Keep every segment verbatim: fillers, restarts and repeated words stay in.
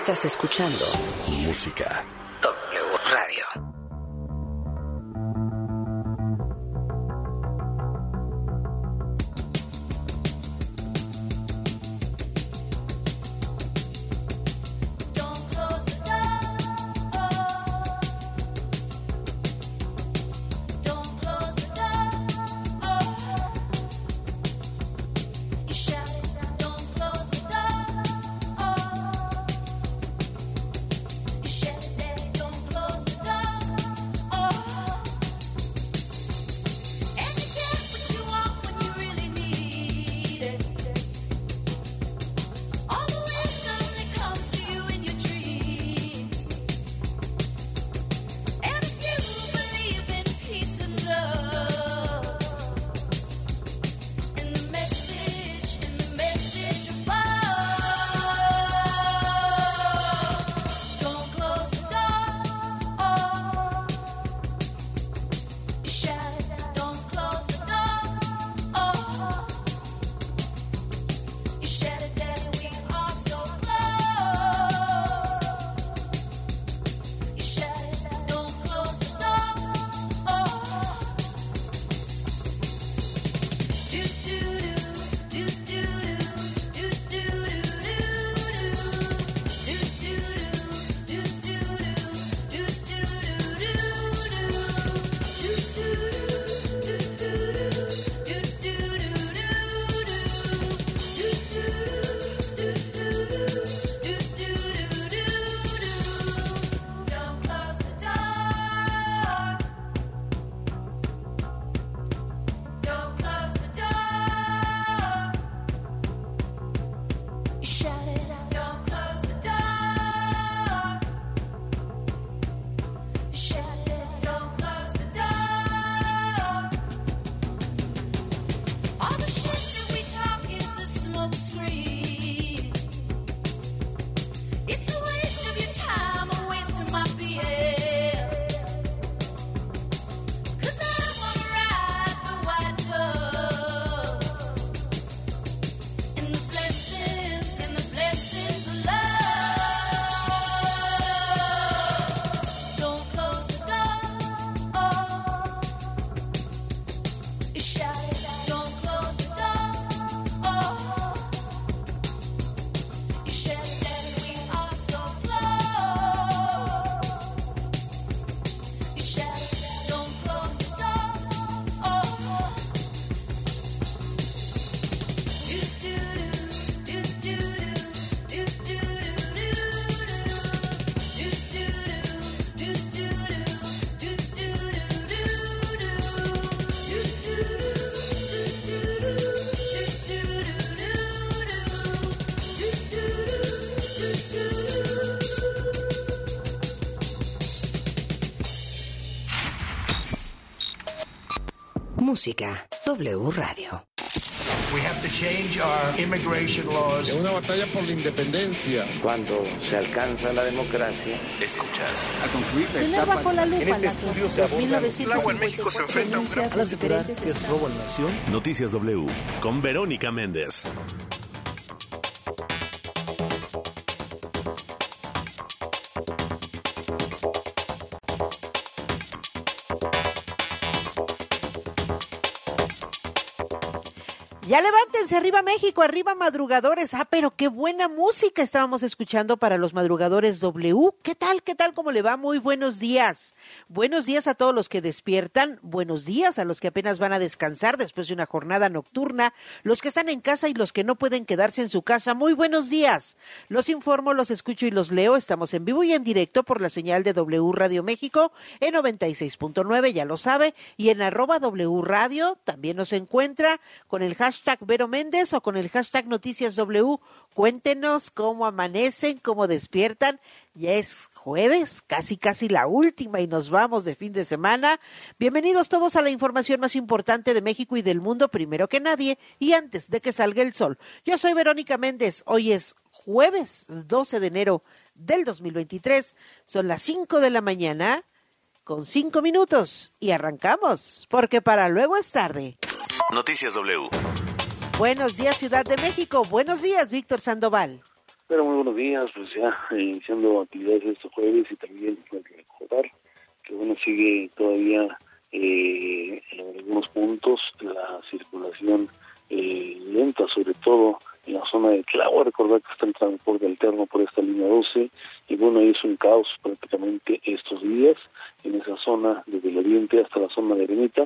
Estás escuchando Música W Radio. Música W Radio. We have to change our immigration laws. Es una batalla por la independencia. Cuando se alcanza la democracia, escuchas a concluir la etapa. Bajo la lupa, en este estudio se aborda el agua en México se enfrenta a un gran la seguridad que es robo a la nación. Noticias W con Verónica Méndez. Ya levántense, arriba México, arriba madrugadores. Ah, pero qué buena música estábamos escuchando para los madrugadores W. ¿Qué tal? ¿Qué tal? ¿Cómo le va? Muy buenos días. Buenos días a todos los que despiertan. Buenos días a los que apenas van a descansar después de una jornada nocturna. Los que están en casa y los que no pueden quedarse en su casa. Muy buenos días. Los informo, los escucho y los leo. Estamos en vivo y en directo por la señal de W Radio México en noventa y seis punto nueve, ya lo sabe. Y en arroba W Radio también nos encuentra con el hashtag hashtag Vero Méndez o con el hashtag Noticias W. Cuéntenos cómo amanecen, cómo despiertan. Ya es jueves, casi casi la última y nos vamos de fin de semana. Bienvenidos todos a la información más importante de México y del mundo, primero que nadie y antes de que salga el sol. Yo soy Verónica Méndez, hoy es jueves doce de enero del dos mil veintitrés, son las cinco de la mañana con cinco minutos y arrancamos, porque para luego es tarde. Noticias W. Buenos días, Ciudad de México. Buenos días, Víctor Sandoval. Pero muy buenos días, pues ya eh, iniciando actividades este jueves y también hay que recordar que bueno, sigue todavía eh, en algunos puntos la circulación eh, lenta, sobre todo en la zona de Tláhuac. Recordar que está el transporte alterno por esta línea doce y bueno, es un caos prácticamente estos días en esa zona desde el oriente hasta la zona de Ermita,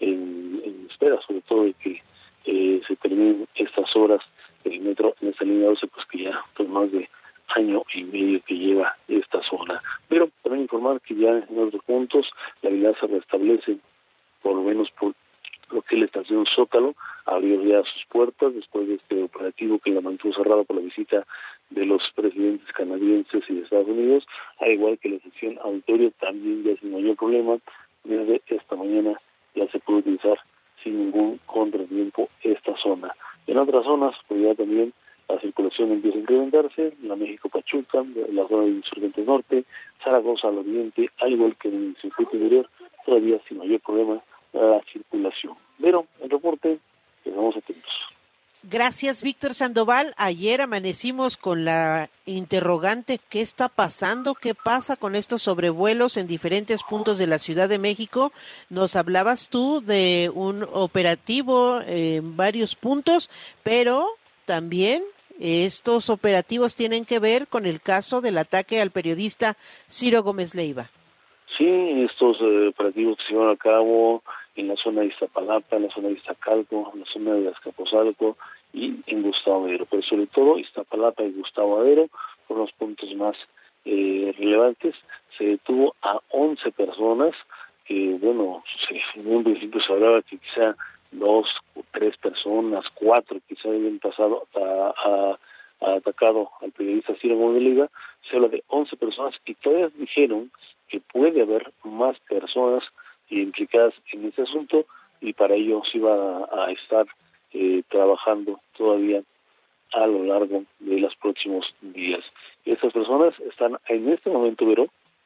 en, en espera sobre todo de que eh, se terminen estas horas del metro en esta línea doce, pues que ya pues más de año y medio que lleva esta zona. Pero también informar que ya en otros puntos la habilidad se restablece, por lo menos por lo que es la estación Zócalo, abrió ya sus puertas después de este operativo que la mantuvo cerrada por la visita de los presidentes canadienses y de Estados Unidos, al igual que la sección auditorio también ya sin mayor problema. Desde esta mañana ya se puede utilizar sin ningún contratiempo esta zona. En otras zonas, pues ya también la circulación empieza a incrementarse, la México-Pachuca, la zona de Insurgentes Norte, Zaragoza al oriente, al igual que en el circuito interior, todavía sin mayor problema la circulación. Pero el reporte, quedamos atentos. Gracias, Víctor Sandoval. Ayer amanecimos con la interrogante, ¿qué está pasando? ¿Qué pasa con estos sobrevuelos en diferentes puntos de la Ciudad de México? Nos hablabas tú de un operativo en varios puntos, pero también estos operativos tienen que ver con el caso del ataque al periodista Ciro Gómez Leiva. Sí, estos eh, operativos que se llevan a cabo en la zona de Iztapalapa, en la zona de Iztacalco, en la zona de Azcapotzalco y en Gustavo Madero, pero sobre todo Iztapalapa y Gustavo Madero fueron los puntos más eh, relevantes. Se detuvo a once personas, que bueno, se, en un principio se hablaba que quizá dos o tres personas, cuatro quizá habían pasado a, a, a atacado al periodista Ciro Gómez Leiva. Se habla de once personas y todavía dijeron que puede haber más personas implicadas en este asunto y para ello se iba a, a estar eh, trabajando todavía a lo largo de los próximos días. Estas personas están en este momento, Vero,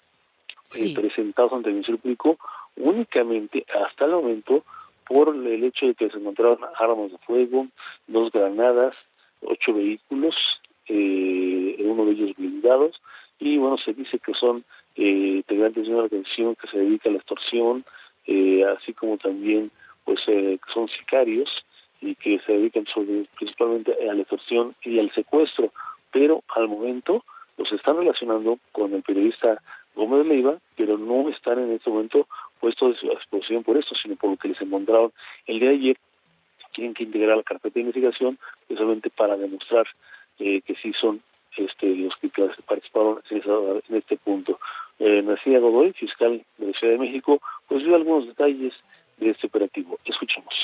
sí. eh, presentados ante el Ministerio Público únicamente hasta el momento por el hecho de que se encontraron armas de fuego, dos granadas, ocho vehículos, eh, uno de ellos blindados, y bueno, se dice que son eh, integrantes de una organización que se dedica a la extorsión, eh, así como también pues eh, que son sicarios y que se dedican sobre, principalmente a la extorsión y al secuestro, pero al momento los están relacionando con el periodista Gómez Leiva, pero no están en este momento puestos a exposición por esto, sino por lo que les encontraron el día de ayer. Tienen que integrar la carpeta de investigación precisamente para demostrar eh, que sí son este los que participaron en, esa, en este punto. Eh, Narcía Godoy, fiscal de la Ciudad de México, pues dio algunos detalles de este operativo. Escuchemos.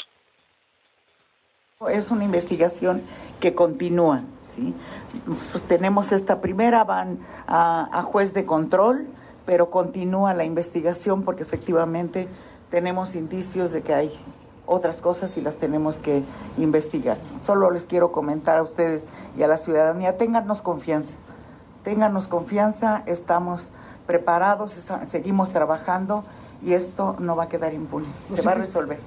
Es una investigación que continúa, ¿sí? Pues tenemos esta primera, van a, a juez de control, pero continúa la investigación porque efectivamente tenemos indicios de que hay otras cosas y las tenemos que investigar. Solo les quiero comentar a ustedes y a la ciudadanía, téngannos confianza, téngannos confianza, estamos preparados, está, seguimos trabajando y esto no va a quedar impune, se va a resolver.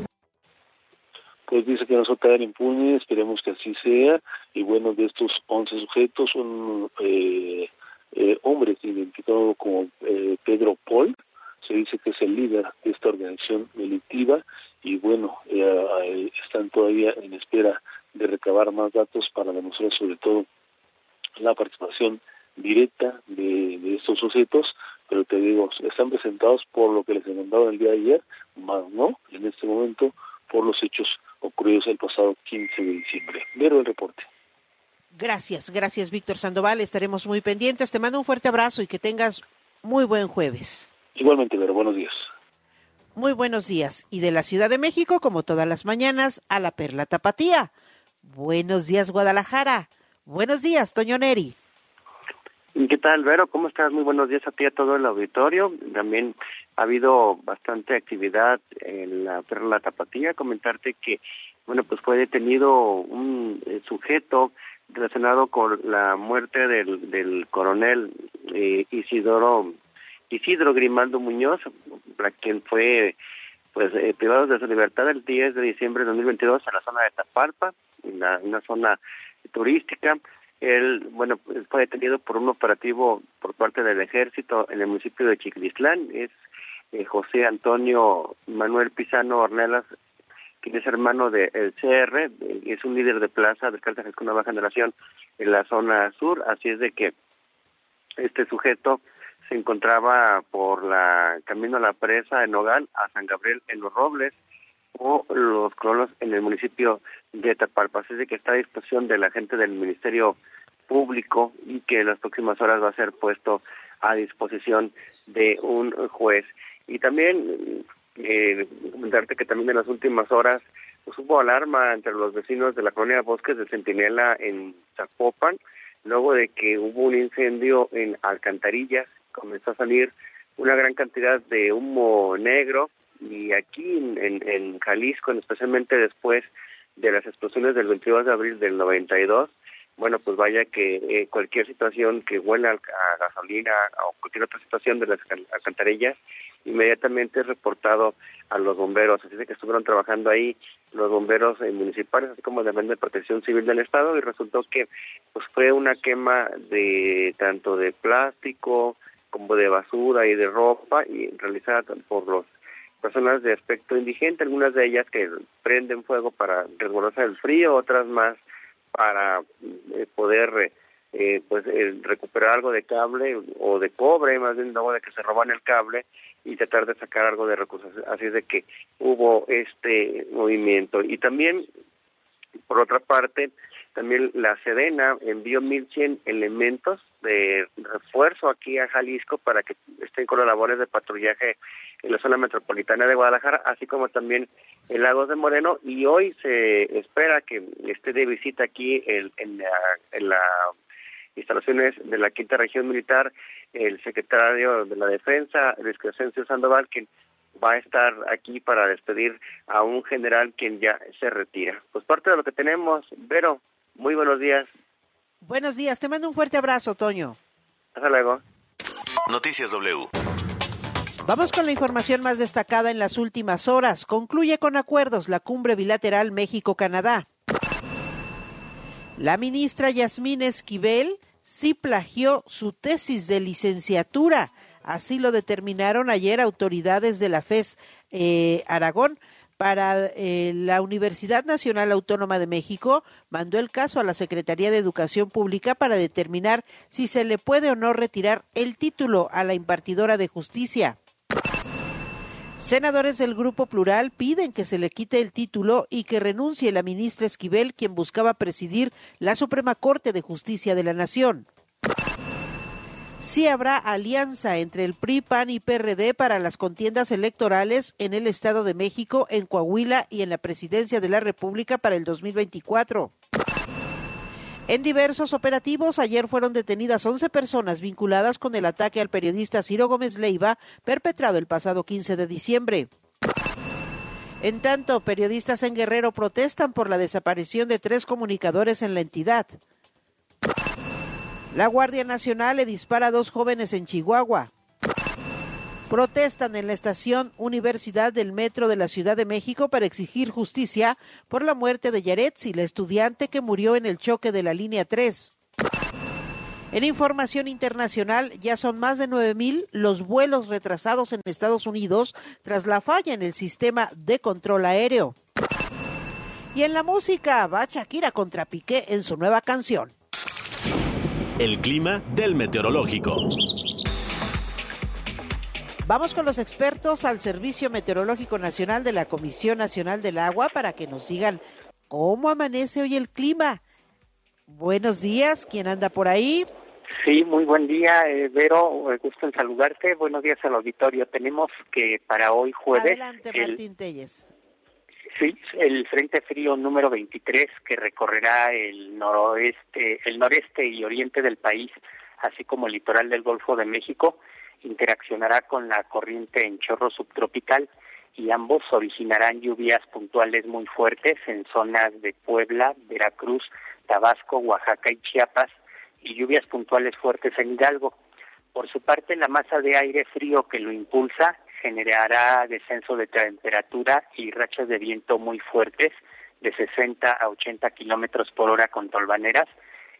Pues dice que no se va a quedar impune, esperemos que así sea, y bueno, de estos once sujetos, son eh, eh, hombres identificados como eh, Pedro Paul, se dice que es el líder de esta organización delictiva, y bueno, eh, están todavía en espera de recabar más datos para demostrar sobre todo la participación directa de, de estos sujetos, pero te digo, están presentados por lo que les mandaron el día de ayer, más no, en este momento, por los hechos ocurridos el pasado quince de diciembre. Vero, el reporte. Gracias, gracias Víctor Sandoval, estaremos muy pendientes, te mando un fuerte abrazo y que tengas muy buen jueves. Igualmente, Vero, buenos días. Muy buenos días. Y de la Ciudad de México, como todas las mañanas, a la Perla Tapatía. Buenos días, Guadalajara. Buenos días, Toño Neri. ¿Qué tal, Vero? ¿Cómo estás? Muy buenos días a ti y a todo el auditorio. También ha habido bastante actividad en la Perla Tapatía. Comentarte que, bueno, pues fue detenido un eh, sujeto relacionado con la muerte del, del coronel eh, Isidoro Isidro Grimaldo Muñoz, para quien fue pues eh, privado de su libertad el diez de diciembre de dos mil veintidós en la zona de Tapalpa, en la, una zona turística. Él, bueno, fue detenido por un operativo por parte del ejército en el municipio de Chiquilistlán. Es eh, José Antonio Manuel Pizano Ornelas, quien es hermano del C R, es un líder de plaza de cartas con una baja generación en la zona sur, así es de que este sujeto se encontraba por la camino a la presa en Nogal a San Gabriel en Los Robles o Los Colonos en el municipio de Tapalpa, así es de que está a disposición de la gente del Ministerio Público y que en las próximas horas va a ser puesto a disposición de un juez. Y también Eh, comentarte que también en las últimas horas pues, hubo alarma entre los vecinos de la colonia Bosques de Centinela en Zapopan, luego de que hubo un incendio en alcantarillas, comenzó a salir una gran cantidad de humo negro, y aquí en, en, en Jalisco, especialmente después de las explosiones del veintidós de abril del noventa y dos, bueno, pues vaya que eh, cualquier situación que huela a gasolina o cualquier otra situación de las alcantarillas, inmediatamente es reportado a los bomberos, así de que estuvieron trabajando ahí los bomberos eh, municipales, así como también de Protección Civil del Estado, y resultó que pues fue una quema de tanto de plástico como de basura y de ropa, y realizada por los personas de aspecto indigente, algunas de ellas que prenden fuego para resguardarse del frío, otras más para eh, poder eh, pues eh, recuperar algo de cable o de cobre, más bien luego de que se roban el cable, y tratar de sacar algo de recursos. Así es de que hubo este movimiento. Y también, por otra parte, también la Sedena envió mil cien elementos de refuerzo aquí a Jalisco para que estén con las labores de patrullaje en la zona metropolitana de Guadalajara, así como también en Lagos de Moreno, y hoy se espera que esté de visita aquí en, en la, en la instalaciones de la Quinta Región Militar el secretario de la Defensa, Luis Crescencio Sandoval, quien va a estar aquí para despedir a un general quien ya se retira. Pues parte de lo que tenemos. Vero, muy buenos días. Buenos días, te mando un fuerte abrazo, Toño. Hasta luego. Noticias W. Vamos con la información más destacada en las últimas horas. Concluye con acuerdos la cumbre bilateral México-Canadá. La ministra Yasmín Esquivel sí plagió su tesis de licenciatura. Así lo determinaron ayer autoridades de la FES eh, Aragón. Para eh, la Universidad Nacional Autónoma de México mandó el caso a la Secretaría de Educación Pública para determinar si se le puede o no retirar el título a la impartidora de justicia. Senadores del Grupo Plural piden que se le quite el título y que renuncie la ministra Esquivel, quien buscaba presidir la Suprema Corte de Justicia de la Nación. Sí habrá alianza entre el P R I, P A N y P R D para las contiendas electorales en el Estado de México, en Coahuila y en la Presidencia de la República para el dos mil veinticuatro. En diversos operativos, ayer fueron detenidas once personas vinculadas con el ataque al periodista Ciro Gómez Leiva, perpetrado el pasado quince de diciembre. En tanto, periodistas en Guerrero protestan por la desaparición de tres comunicadores en la entidad. La Guardia Nacional le dispara a dos jóvenes en Chihuahua. Protestan en la estación Universidad del Metro de la Ciudad de México para exigir justicia por la muerte de Yaretsi, la estudiante que murió en el choque de la línea tres. En información internacional, ya son más de nueve mil los vuelos retrasados en Estados Unidos tras la falla en el sistema de control aéreo. Y en la música, va Shakira contra Piqué en su nueva canción. El clima del meteorológico. Vamos con los expertos al Servicio Meteorológico Nacional de la Comisión Nacional del Agua para que nos digan cómo amanece hoy el clima. Buenos días, ¿quién anda por ahí? Sí, muy buen día, eh, Vero, eh, gusto en saludarte. Buenos días al auditorio. Tenemos que para hoy jueves... Adelante, Martín el, Telles. Sí, el Frente Frío número veintitrés que recorrerá el noroeste, el noreste y oriente del país, así como el litoral del Golfo de México, interaccionará con la corriente en chorro subtropical y ambos originarán lluvias puntuales muy fuertes en zonas de Puebla, Veracruz, Tabasco, Oaxaca y Chiapas, y lluvias puntuales fuertes en Hidalgo. Por su parte, la masa de aire frío que lo impulsa generará descenso de temperatura y rachas de viento muy fuertes de sesenta a ochenta kilómetros por hora con tolvaneras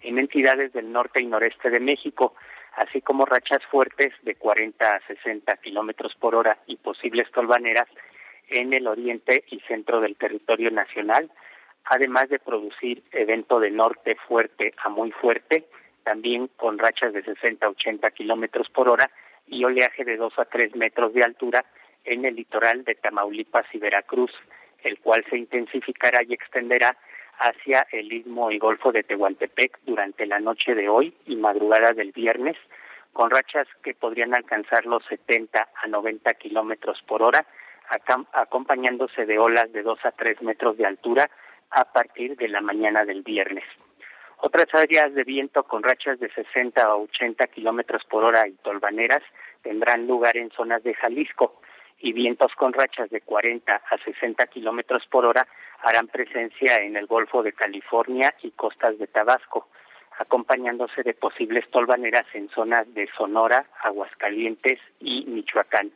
en entidades del norte y noreste de México, así como rachas fuertes de cuarenta a sesenta kilómetros por hora y posibles tolvaneras en el oriente y centro del territorio nacional, además de producir evento de norte fuerte a muy fuerte, también con rachas de sesenta a ochenta kilómetros por hora y oleaje de dos a tres metros de altura en el litoral de Tamaulipas y Veracruz, el cual se intensificará y extenderá hacia el istmo y golfo de Tehuantepec durante la noche de hoy y madrugada del viernes, con rachas que podrían alcanzar los setenta a noventa kilómetros por hora, acompañándose de olas de dos a tres metros de altura a partir de la mañana del viernes. Otras áreas de viento con rachas de sesenta a ochenta kilómetros por hora y tolvaneras tendrán lugar en zonas de Jalisco, y vientos con rachas de cuarenta a sesenta kilómetros por hora harán presencia en el Golfo de California y costas de Tabasco, acompañándose de posibles tolvaneras en zonas de Sonora, Aguascalientes y Michoacán.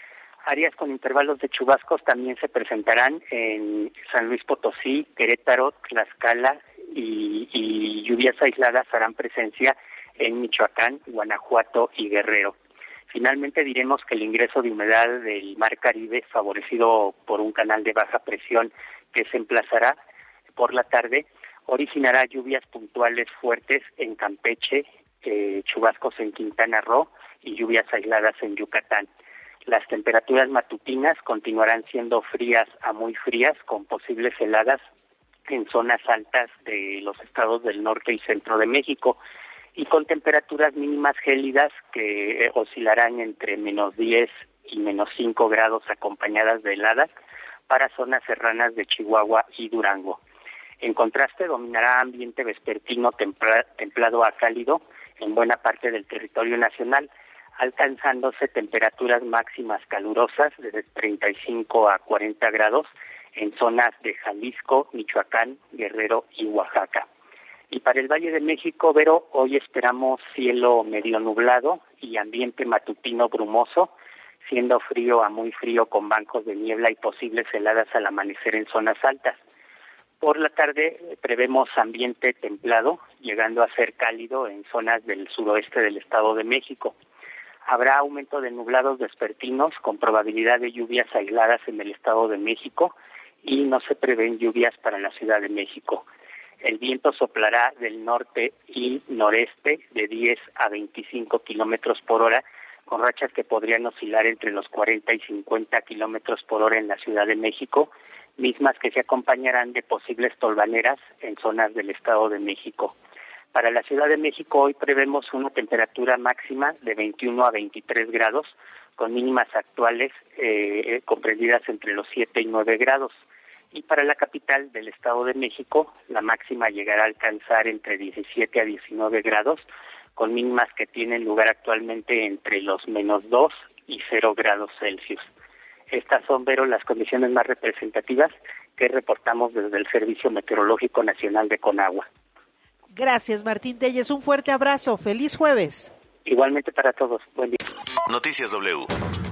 Áreas con intervalos de chubascos también se presentarán en San Luis Potosí, Querétaro, Tlaxcala y, y lluvias aisladas harán presencia en Michoacán, Guanajuato y Guerrero. Finalmente diremos que el ingreso de humedad del Mar Caribe, favorecido por un canal de baja presión que se emplazará por la tarde, originará lluvias puntuales fuertes en Campeche, eh, chubascos en Quintana Roo y lluvias aisladas en Yucatán. Las temperaturas matutinas continuarán siendo frías a muy frías, con posibles heladas en zonas altas de los estados del norte y centro de México, y con temperaturas mínimas gélidas que eh, oscilarán entre menos diez y menos cinco grados acompañadas de heladas para zonas serranas de Chihuahua y Durango. En contraste, dominará ambiente vespertino templa, templado a cálido en buena parte del territorio nacional, alcanzándose temperaturas máximas calurosas de treinta y cinco a cuarenta grados en zonas de Jalisco, Michoacán, Guerrero y Oaxaca. Y para el Valle de México, Vero, hoy esperamos cielo medio nublado y ambiente matutino brumoso, siendo frío a muy frío con bancos de niebla y posibles heladas al amanecer en zonas altas. Por la tarde prevemos ambiente templado, llegando a ser cálido en zonas del suroeste del Estado de México. Habrá aumento de nublados vespertinos con probabilidad de lluvias aisladas en el Estado de México y no se prevén lluvias para la Ciudad de México. El viento soplará del norte y noreste de diez a veinticinco kilómetros por hora, con rachas que podrían oscilar entre los cuarenta y cincuenta kilómetros por hora en la Ciudad de México, mismas que se acompañarán de posibles tolvaneras en zonas del Estado de México. Para la Ciudad de México hoy prevemos una temperatura máxima de veintiuno a veintitrés grados, con mínimas actuales eh, comprendidas entre los siete y nueve grados. Y para la capital del Estado de México, la máxima llegará a alcanzar entre diecisiete a diecinueve grados, con mínimas que tienen lugar actualmente entre los menos dos y cero grados Celsius. Estas son, Vero, las condiciones más representativas que reportamos desde el Servicio Meteorológico Nacional de Conagua. Gracias, Martín Telles. Un fuerte abrazo. Feliz jueves. Igualmente para todos. Buen día. Noticias W.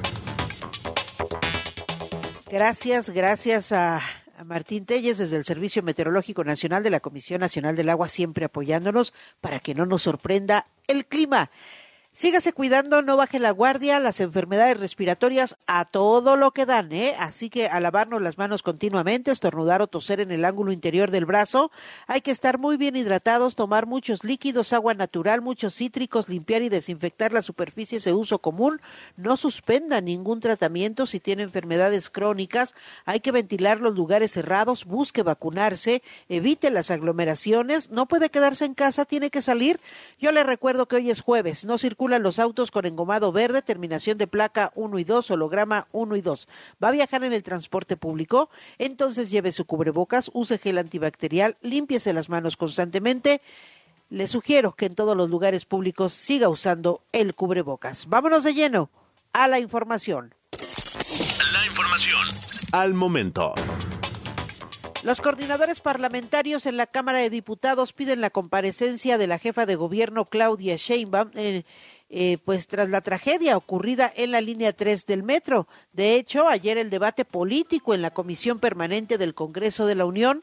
Gracias, gracias a, a Martín Telles desde el Servicio Meteorológico Nacional de la Comisión Nacional del Agua, siempre apoyándonos para que no nos sorprenda el clima. Sígase cuidando, no baje la guardia, las enfermedades respiratorias a todo lo que dan, ¿eh? Así que a lavarnos las manos continuamente, estornudar o toser en el ángulo interior del brazo. Hay que estar muy bien hidratados, tomar muchos líquidos, agua natural, muchos cítricos, limpiar y desinfectar las superficies de uso común. No suspenda ningún tratamiento si tiene enfermedades crónicas. Hay que ventilar los lugares cerrados, busque vacunarse, evite las aglomeraciones. No puede quedarse en casa, tiene que salir. Yo le recuerdo que hoy es jueves, no circula los autos con engomado verde, terminación de placa uno y dos, holograma uno y dos. ¿Va a viajar en el transporte público? Entonces lleve su cubrebocas, use gel antibacterial, límpiese las manos constantemente. Le sugiero que en todos los lugares públicos siga usando el cubrebocas. Vámonos de lleno a la información. La información al momento. Los coordinadores parlamentarios en la Cámara de Diputados piden la comparecencia de la jefa de gobierno Claudia Sheinbaum, eh, eh, pues tras la tragedia ocurrida en la línea tres del metro. De hecho, ayer el debate político en la Comisión Permanente del Congreso de la Unión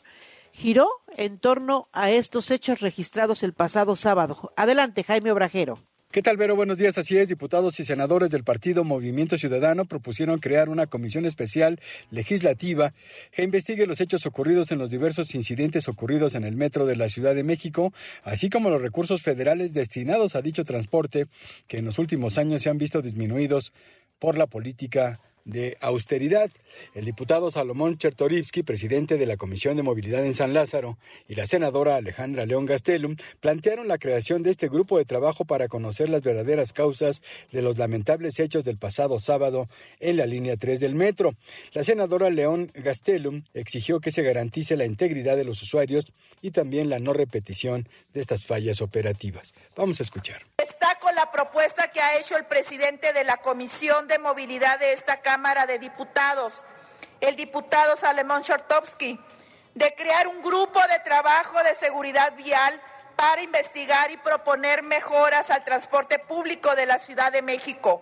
giró en torno a estos hechos registrados el pasado sábado. Adelante, Jaime Obrajero. ¿Qué tal, Vero? Buenos días. Así es, diputados y senadores del partido Movimiento Ciudadano propusieron crear una comisión especial legislativa que investigue los hechos ocurridos en los diversos incidentes ocurridos en el metro de la Ciudad de México, así como los recursos federales destinados a dicho transporte que en los últimos años se han visto disminuidos por la política de austeridad. El diputado Salomón Chertorivsky, presidente de la Comisión de Movilidad en San Lázaro, y la senadora Alejandra León Gastelum plantearon la creación de este grupo de trabajo para conocer las verdaderas causas de los lamentables hechos del pasado sábado en la línea tres del metro. La senadora León Gastelum exigió que se garantice la integridad de los usuarios y también la no repetición de estas fallas operativas. Vamos a escuchar. Destaco la propuesta que ha hecho el presidente de la Comisión de Movilidad de esta Cámara de Diputados, el diputado Salomón Chertorivsky, de crear un grupo de trabajo de seguridad vial para investigar y proponer mejoras al transporte público de la Ciudad de México.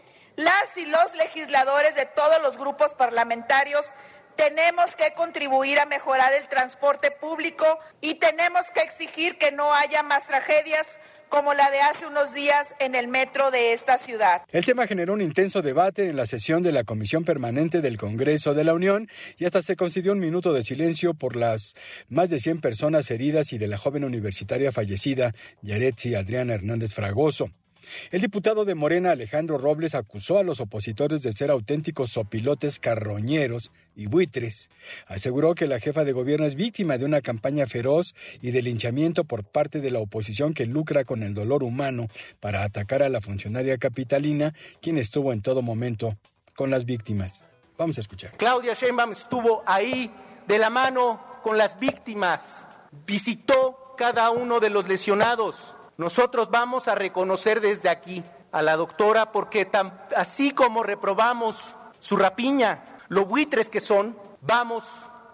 Las y los legisladores de todos los grupos parlamentarios tenemos que contribuir a mejorar el transporte público y tenemos que exigir que no haya más tragedias como la de hace unos días en el metro de esta ciudad. El tema generó un intenso debate en la sesión de la Comisión Permanente del Congreso de la Unión y hasta se concedió un minuto de silencio por las más de cien personas heridas y de la joven universitaria fallecida, Yaretsi Adriana Hernández Fragoso. El diputado de Morena, Alejandro Robles, acusó a los opositores de ser auténticos sopilotes carroñeros y buitres. Aseguró que la jefa de gobierno es víctima de una campaña feroz y de linchamiento por parte de la oposición que lucra con el dolor humano para atacar a la funcionaria capitalina, quien estuvo en todo momento con las víctimas. Vamos a escuchar. Claudia Sheinbaum estuvo ahí de la mano con las víctimas, visitó cada uno de los lesionados. Nosotros vamos a reconocer desde aquí a la doctora porque tan, así como reprobamos su rapiña, los buitres que son, vamos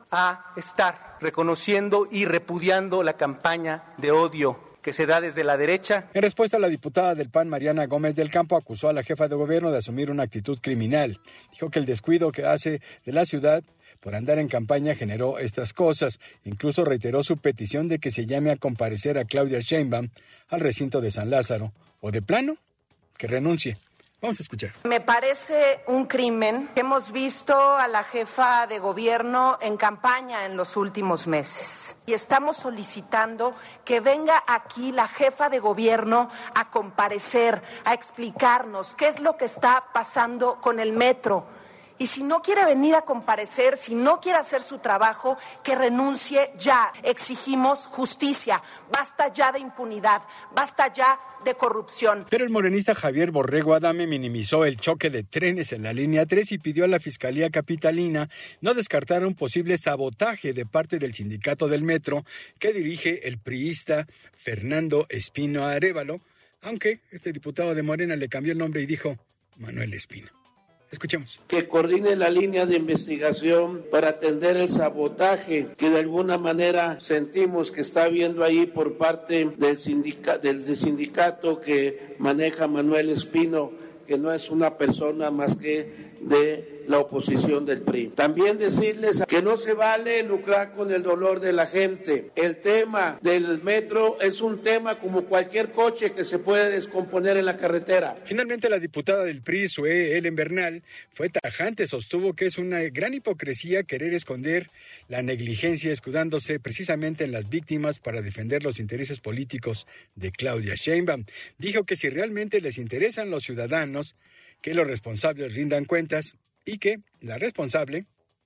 a estar reconociendo y repudiando la campaña de odio que se da desde la derecha. En respuesta, la diputada del P A N, Mariana Gómez del Campo, acusó a la jefa de gobierno de asumir una actitud criminal. Dijo que el descuido que hace de la ciudad por andar en campaña generó estas cosas. Incluso reiteró su petición de que se llame a comparecer a Claudia Sheinbaum al recinto de San Lázaro, o de plano, que renuncie. Vamos a escuchar. Me parece un crimen que hemos visto a la jefa de gobierno en campaña en los últimos meses. Y estamos solicitando que venga aquí la jefa de gobierno a comparecer, a explicarnos qué es lo que está pasando con el metro. Y si no quiere venir a comparecer, si no quiere hacer su trabajo, que renuncie ya. Exigimos justicia. Basta ya de impunidad. Basta ya de corrupción. Pero el morenista Javier Borrego Adame minimizó el choque de trenes en la línea tres y pidió a la Fiscalía Capitalina no descartar un posible sabotaje de parte del sindicato del metro que dirige el priista Fernando Espino Arévalo, aunque este diputado de Morena le cambió el nombre y dijo Manuel Espino. Escuchemos. Que coordine la línea de investigación para atender el sabotaje que de alguna manera sentimos que está habiendo ahí por parte del, sindica- del, del sindicato que maneja Manuel Espino, que no es una persona más que de la oposición del P R I. También decirles que no se vale lucrar con el dolor de la gente. El tema del metro es un tema como cualquier coche que se puede descomponer en la carretera. Finalmente, la diputada del P R I, Zoé Ellen Bernal, fue tajante, sostuvo que es una gran hipocresía querer esconder la negligencia escudándose precisamente en las víctimas para defender los intereses políticos de Claudia Sheinbaum. Dijo que si realmente les interesan los ciudadanos, que los responsables rindan cuentas y que la responsable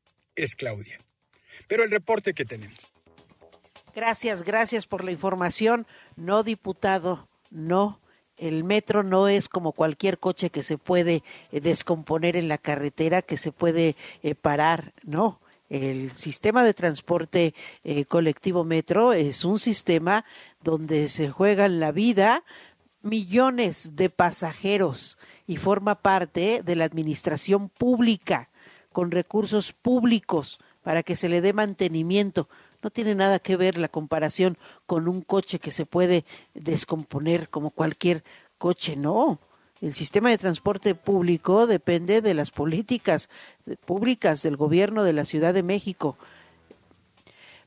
es Claudia. Pero el reporte que tenemos. Gracias, gracias por la información. No, diputado, no. El metro no es como cualquier coche que se puede eh, descomponer en la carretera, que se puede eh, parar, no. El sistema de transporte eh, colectivo metro es un sistema donde se juegan la vida millones de pasajeros y forma parte de la administración pública con recursos públicos para que se le dé mantenimiento. No tiene nada que ver la comparación con un coche que se puede descomponer como cualquier coche, no. El sistema de transporte público depende de las políticas públicas del gobierno de la Ciudad de México.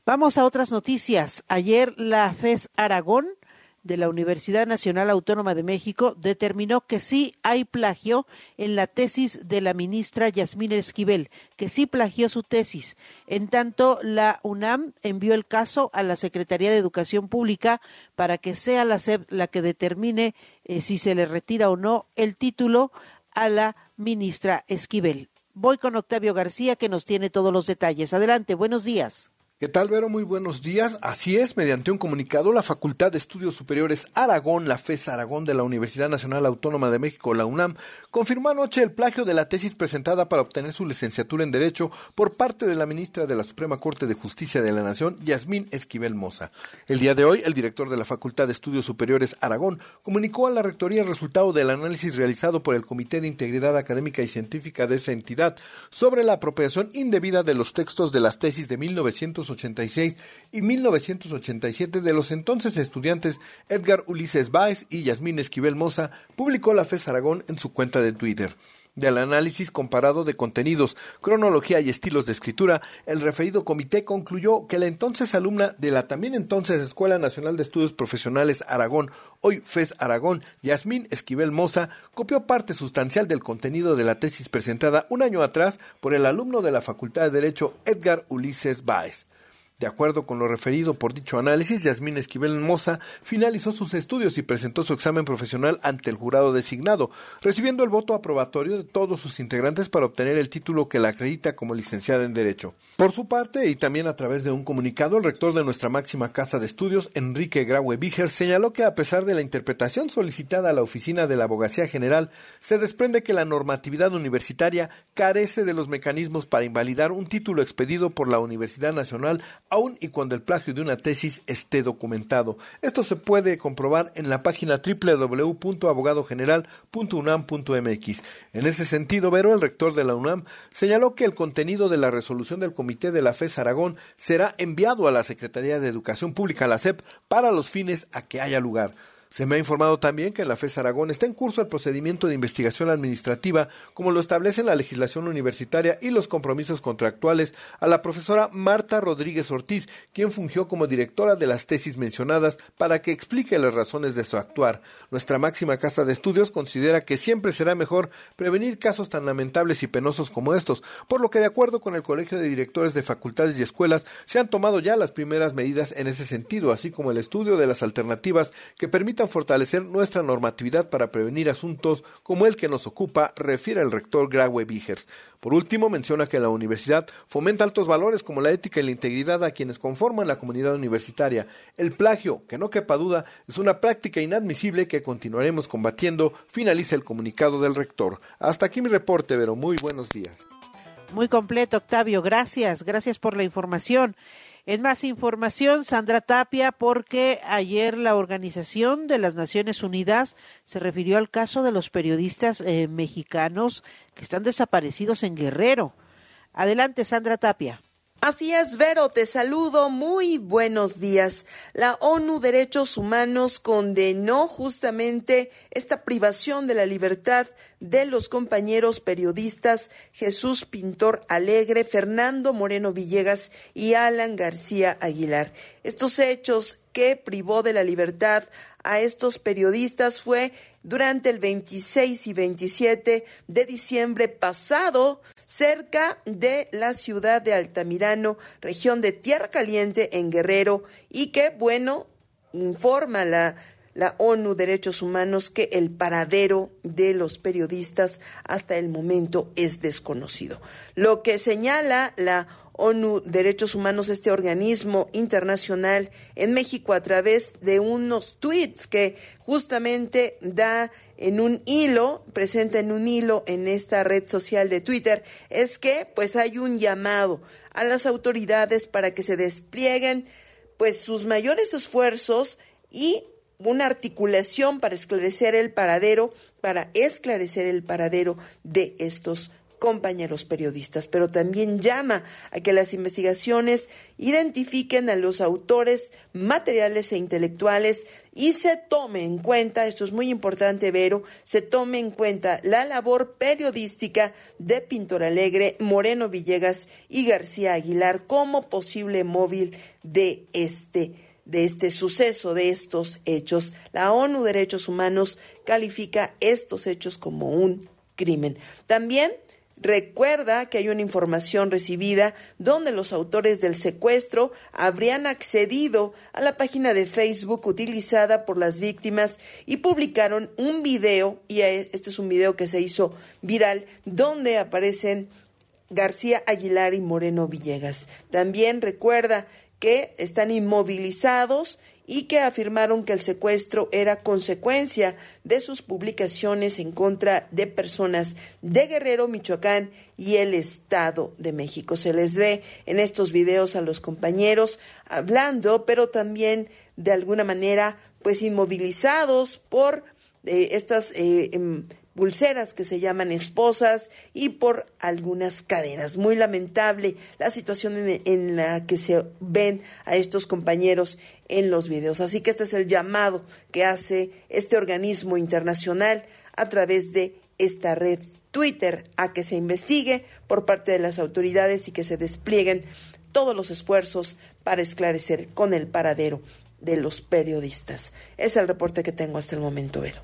Vamos a otras noticias. Ayer la FES Aragón de la Universidad Nacional Autónoma de México determinó que sí hay plagio en la tesis de la ministra Yasmín Esquivel, que sí plagió su tesis. En tanto, la UNAM envió el caso a la Secretaría de Educación Pública para que sea la S E P la que determine eh, si se le retira o no el título a la ministra Esquivel. Voy con Octavio García, que nos tiene todos los detalles. Adelante, buenos días. ¿Qué tal, Vero? Muy buenos días. Así es, mediante un comunicado, la Facultad de Estudios Superiores Aragón, la FES Aragón de la Universidad Nacional Autónoma de México, la UNAM, confirmó anoche el plagio de la tesis presentada para obtener su licenciatura en Derecho por parte de la ministra de la Suprema Corte de Justicia de la Nación, Yasmín Esquivel Moza. El día de hoy, el director de la Facultad de Estudios Superiores Aragón comunicó a la Rectoría el resultado del análisis realizado por el Comité de Integridad Académica y Científica de esa entidad sobre la apropiación indebida de los textos de las tesis de mil novecientos ochenta y seis y mil novecientos ochenta y siete de los entonces estudiantes Edgar Ulises Báez y Yasmín Esquivel Moza, publicó la FES Aragón en su cuenta de Twitter. Del análisis comparado de contenidos, cronología y estilos de escritura, el referido comité concluyó que la entonces alumna de la también entonces Escuela Nacional de Estudios Profesionales Aragón, hoy FES Aragón, Yasmín Esquivel Moza, copió parte sustancial del contenido de la tesis presentada un año atrás por el alumno de la Facultad de Derecho Edgar Ulises Báez. De acuerdo con lo referido por dicho análisis, Yasmín Esquivel Moza finalizó sus estudios y presentó su examen profesional ante el jurado designado, recibiendo el voto aprobatorio de todos sus integrantes para obtener el título que la acredita como licenciada en Derecho. Por su parte, y también a través de un comunicado, el rector de nuestra máxima casa de estudios, Enrique Graue Víger, señaló que a pesar de la interpretación solicitada a la Oficina de la Abogacía General, se desprende que la normatividad universitaria carece de los mecanismos para invalidar un título expedido por la Universidad Nacional aun y cuando el plagio de una tesis esté documentado. Esto se puede comprobar en la página doble u doble u doble u punto abogado general punto unam punto m x. En ese sentido, Vero, el rector de la UNAM, señaló que el contenido de la resolución del comité de la FES Aragón será enviado a la Secretaría de Educación Pública, la S E P, para los fines a que haya lugar. Se me ha informado también que en la FES Aragón está en curso el procedimiento de investigación administrativa, como lo establece la legislación universitaria y los compromisos contractuales, a la profesora Marta Rodríguez Ortiz, quien fungió como directora de las tesis mencionadas, para que explique las razones de su actuar. Nuestra máxima casa de estudios considera que siempre será mejor prevenir casos tan lamentables y penosos como estos, por lo que, de acuerdo con el Colegio de Directores de Facultades y Escuelas, se han tomado ya las primeras medidas en ese sentido, así como el estudio de las alternativas que permitan fortalecer nuestra normatividad para prevenir asuntos como el que nos ocupa, refiere el rector Graue Vígers. Por último, menciona que la universidad fomenta altos valores como la ética y la integridad a quienes conforman la comunidad universitaria. El plagio, que no quepa duda, es una práctica inadmisible que continuaremos combatiendo, finaliza el comunicado del rector. Hasta aquí mi reporte, Vero. Muy buenos días. Muy completo, Octavio. Gracias, gracias por la información. En más información, Sandra Tapia, porque ayer la Organización de las Naciones Unidas se refirió al caso de los periodistas eh, mexicanos que están desaparecidos en Guerrero. Adelante, Sandra Tapia. Así es, Vero, te saludo, muy buenos días. La ONU Derechos Humanos condenó justamente esta privación de la libertad de los compañeros periodistas Jesús Pintor Alegre, Fernando Moreno Villegas y Alan García Aguilar. Estos hechos que privó de la libertad a estos periodistas fue durante el veintiséis y veintisiete de diciembre pasado, cerca de la ciudad de Altamirano, región de Tierra Caliente en Guerrero, y que, bueno, informa la la ONU Derechos Humanos que el paradero de los periodistas hasta el momento es desconocido. Lo que señala la ONU Derechos Humanos, este organismo internacional en México, a través de unos tweets que justamente da en un hilo, presenta en un hilo en esta red social de Twitter, es que pues hay un llamado a las autoridades para que se desplieguen pues sus mayores esfuerzos y una articulación para esclarecer el paradero, para esclarecer el paradero de estos compañeros periodistas, pero también llama a que las investigaciones identifiquen a los autores materiales e intelectuales y se tome en cuenta, esto es muy importante, Vero, se tome en cuenta la labor periodística de Pintor Alegre, Moreno Villegas y García Aguilar como posible móvil de este de este suceso, de estos hechos. La ONU Derechos Humanos califica estos hechos como un crimen. También recuerda que hay una información recibida donde los autores del secuestro habrían accedido a la página de Facebook utilizada por las víctimas y publicaron un video, y este es un video que se hizo viral, donde aparecen García Aguilar y Moreno Villegas. También recuerda que están inmovilizados y que afirmaron que el secuestro era consecuencia de sus publicaciones en contra de personas de Guerrero, Michoacán y el Estado de México. Se les ve en estos videos a los compañeros hablando, pero también de alguna manera pues inmovilizados por eh, estas eh, eh, pulseras que se llaman esposas y por algunas cadenas. Muy lamentable la situación en, en la que se ven a estos compañeros en los videos. Así que este es el llamado que hace este organismo internacional a través de esta red Twitter a que se investigue por parte de las autoridades y que se desplieguen todos los esfuerzos para esclarecer con el paradero de los periodistas. Es el reporte que tengo hasta el momento, Vero.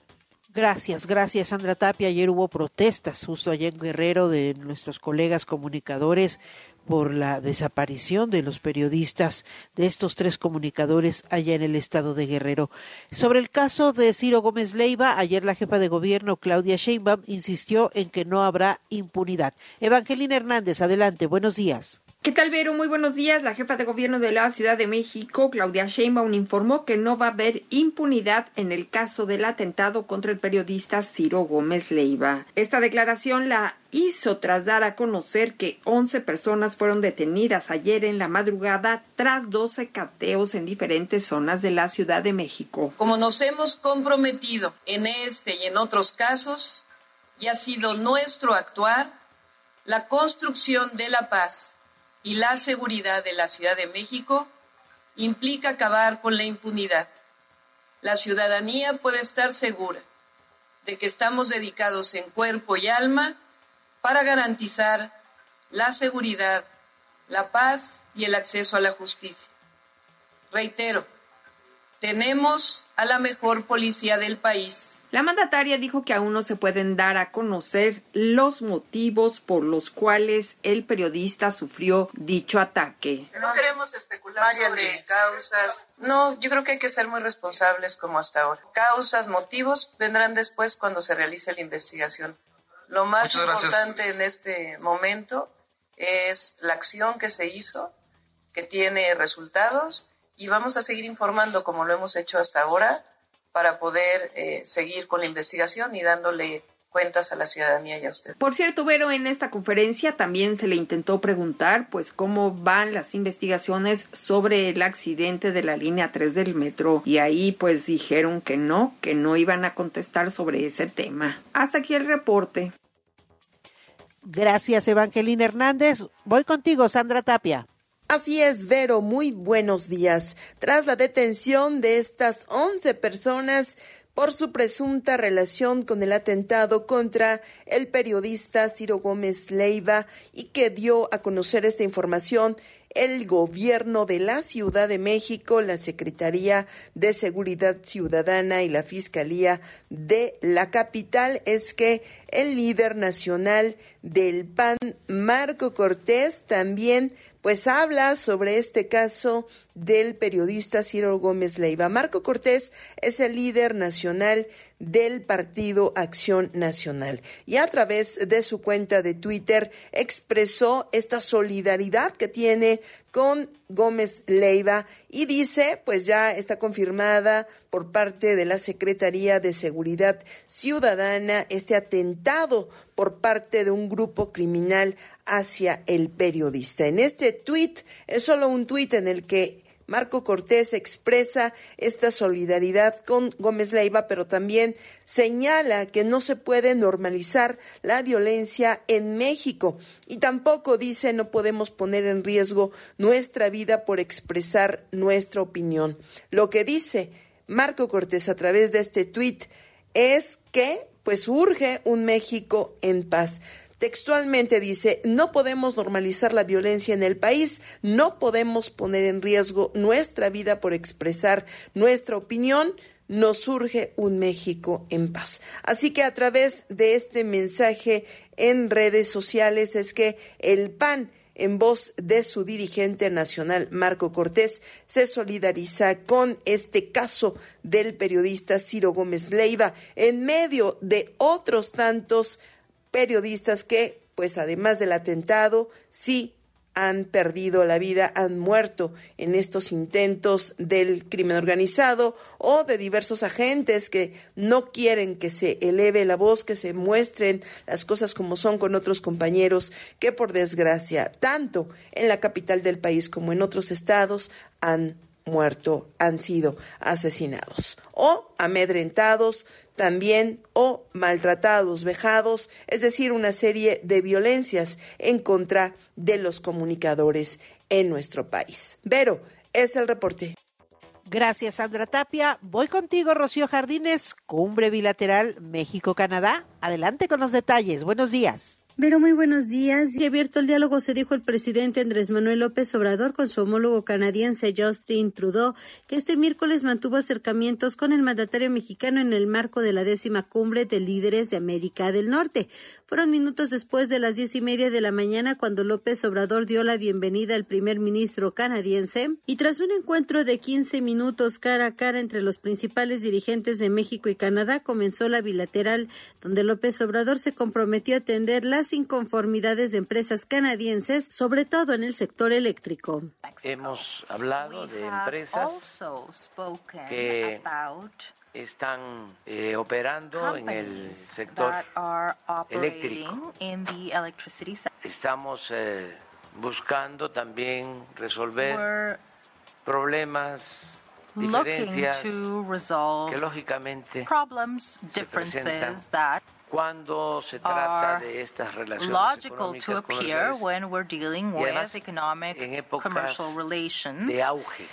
Gracias, gracias Sandra Tapia. Ayer hubo protestas justo allá en Guerrero de nuestros colegas comunicadores por la desaparición de los periodistas, de estos tres comunicadores allá en el estado de Guerrero. Sobre el caso de Ciro Gómez Leiva, ayer la jefa de gobierno Claudia Sheinbaum insistió en que no habrá impunidad. Evangelina Hernández, adelante, buenos días. ¿Qué tal, Vero? Muy buenos días. La jefa de gobierno de la Ciudad de México, Claudia Sheinbaum, informó que no va a haber impunidad en el caso del atentado contra el periodista Ciro Gómez Leiva. Esta declaración la hizo tras dar a conocer que once personas fueron detenidas ayer en la madrugada tras doce cateos en diferentes zonas de la Ciudad de México. Como nos hemos comprometido en este y en otros casos, y ha sido nuestro actuar, la construcción de la paz y la seguridad de la Ciudad de México implica acabar con la impunidad. La ciudadanía puede estar segura de que estamos dedicados en cuerpo y alma para garantizar la seguridad, la paz y el acceso a la justicia. Reitero, tenemos a la mejor policía del país. La mandataria dijo que aún no se pueden dar a conocer los motivos por los cuales el periodista sufrió dicho ataque. No queremos especular sobre causas. No, yo creo que hay que ser muy responsables como hasta ahora. Causas, motivos vendrán después cuando se realice la investigación. Lo más importante en este momento es la acción que se hizo, que tiene resultados, y vamos a seguir informando como lo hemos hecho hasta ahora, para poder eh, seguir con la investigación y dándole cuentas a la ciudadanía y a usted. Por cierto, Vero, en esta conferencia también se le intentó preguntar pues cómo van las investigaciones sobre el accidente de la línea tres del metro, y ahí pues dijeron que no, que no iban a contestar sobre ese tema. Hasta aquí el reporte. Gracias, Evangelina Hernández. Voy contigo, Sandra Tapia. Así es, Vero, muy buenos días. Tras la detención de estas once personas por su presunta relación con el atentado contra el periodista Ciro Gómez Leiva, y que dio a conocer esta información el gobierno de la Ciudad de México, la Secretaría de Seguridad Ciudadana y la Fiscalía de la capital, es que el líder nacional del P A N, Marco Cortés, también pues habla sobre este caso del periodista Ciro Gómez Leiva. Marco Cortés es el líder nacional del Partido Acción Nacional y a través de su cuenta de Twitter expresó esta solidaridad que tiene con Gómez Leiva y dice, pues ya está confirmada por parte de la Secretaría de Seguridad Ciudadana este atentado por parte de un grupo criminal hacia el periodista. En este tuit, es solo un tuit en el que Marco Cortés expresa esta solidaridad con Gómez Leiva, pero también señala que no se puede normalizar la violencia en México y tampoco dice no podemos poner en riesgo nuestra vida por expresar nuestra opinión. Lo que dice Marco Cortés a través de este tuit es que pues urge un México en paz. Textualmente dice, no podemos normalizar la violencia en el país, no podemos poner en riesgo nuestra vida por expresar nuestra opinión, nos surge un México en paz. Así que a través de este mensaje en redes sociales es que el P A N, en voz de su dirigente nacional, Marco Cortés, se solidariza con este caso del periodista Ciro Gómez Leiva en medio de otros tantos periodistas que, pues además del atentado, sí han perdido la vida, han muerto en estos intentos del crimen organizado o de diversos agentes que no quieren que se eleve la voz, que se muestren las cosas como son con otros compañeros que, por desgracia, tanto en la capital del país como en otros estados, han muerto, han sido asesinados o amedrentados también o maltratados, vejados, es decir, una serie de violencias en contra de los comunicadores en nuestro país. Vero, es el reporte. Gracias, Sandra Tapia. Voy contigo, Rocío Jardines, cumbre bilateral México-Canadá. Adelante con los detalles. Buenos días. Vero, muy buenos días. Y abierto el diálogo, se dijo el presidente Andrés Manuel López Obrador con su homólogo canadiense Justin Trudeau, que este miércoles mantuvo acercamientos con el mandatario mexicano en el marco de la décima cumbre de líderes de América del Norte. Fueron minutos después de las diez y media de la mañana cuando López Obrador dio la bienvenida al primer ministro canadiense y tras un encuentro de quince minutos cara a cara entre los principales dirigentes de México y Canadá, comenzó la bilateral, donde López Obrador se comprometió a atender las inconformidades de empresas canadienses, sobre todo en el sector eléctrico. Hemos hablado de empresas que están eh, operando en el sector eléctrico. Estamos eh, buscando también resolver problemas, diferencias que lógicamente se presentan cuando se trata de estas relaciones económicas comerciales y además en épocas de auge,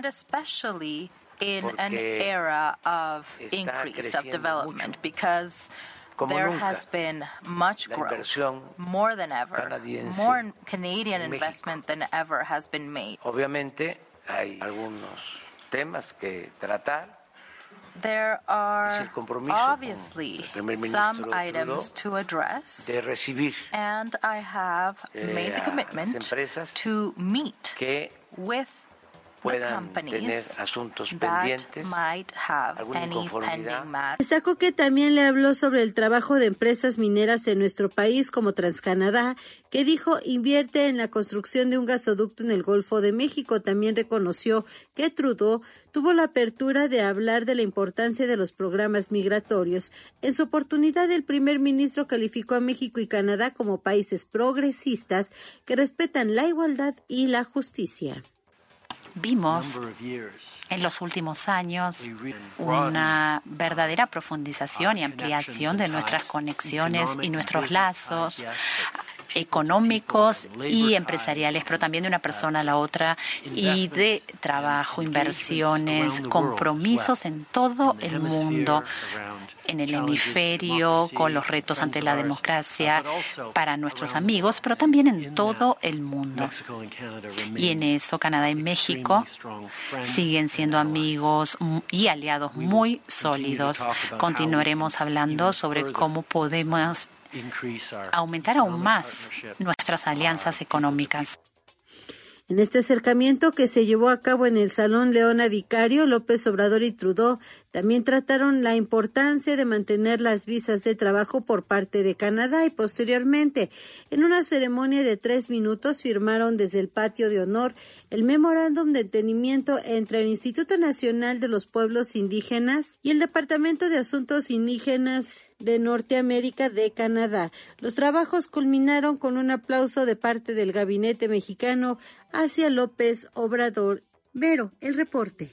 in an era of increase, of development, because there has been much growth, more than ever, more Canadian investment than ever has been made. Obviamente hay algunos temas que tratar. There are obviously some items to address, de recibir, and I have made the commitment to meet with puedan tener asuntos pendientes, alguna inconformidad. Destacó que también le habló sobre el trabajo de empresas mineras en nuestro país como TransCanadá, que dijo invierte en la construcción de un gasoducto en el Golfo de México. También reconoció que Trudeau tuvo la apertura de hablar de la importancia de los programas migratorios. En su oportunidad, el primer ministro calificó a México y Canadá como países progresistas que respetan la igualdad y la justicia. Vimos en los últimos años una verdadera profundización y ampliación de nuestras conexiones y nuestros lazos económicos y empresariales, pero también de una persona a la otra, y de trabajo, inversiones, compromisos en todo el mundo, en el hemisferio, con los retos ante la democracia para nuestros amigos, pero también en todo el mundo. Y en eso Canadá y México siguen siendo amigos y aliados muy sólidos. Continuaremos hablando sobre cómo podemos aumentar aún más nuestras alianzas económicas. En este acercamiento que se llevó a cabo en el Salón Leona Vicario, López Obrador y Trudeau también trataron la importancia de mantener las visas de trabajo por parte de Canadá y posteriormente, en una ceremonia de tres minutos, firmaron desde el patio de honor el memorándum de entendimiento entre el Instituto Nacional de los Pueblos Indígenas y el Departamento de Asuntos Indígenas de Norteamérica de Canadá. Los trabajos culminaron con un aplauso de parte del gabinete mexicano hacia López Obrador. Vero, el reporte.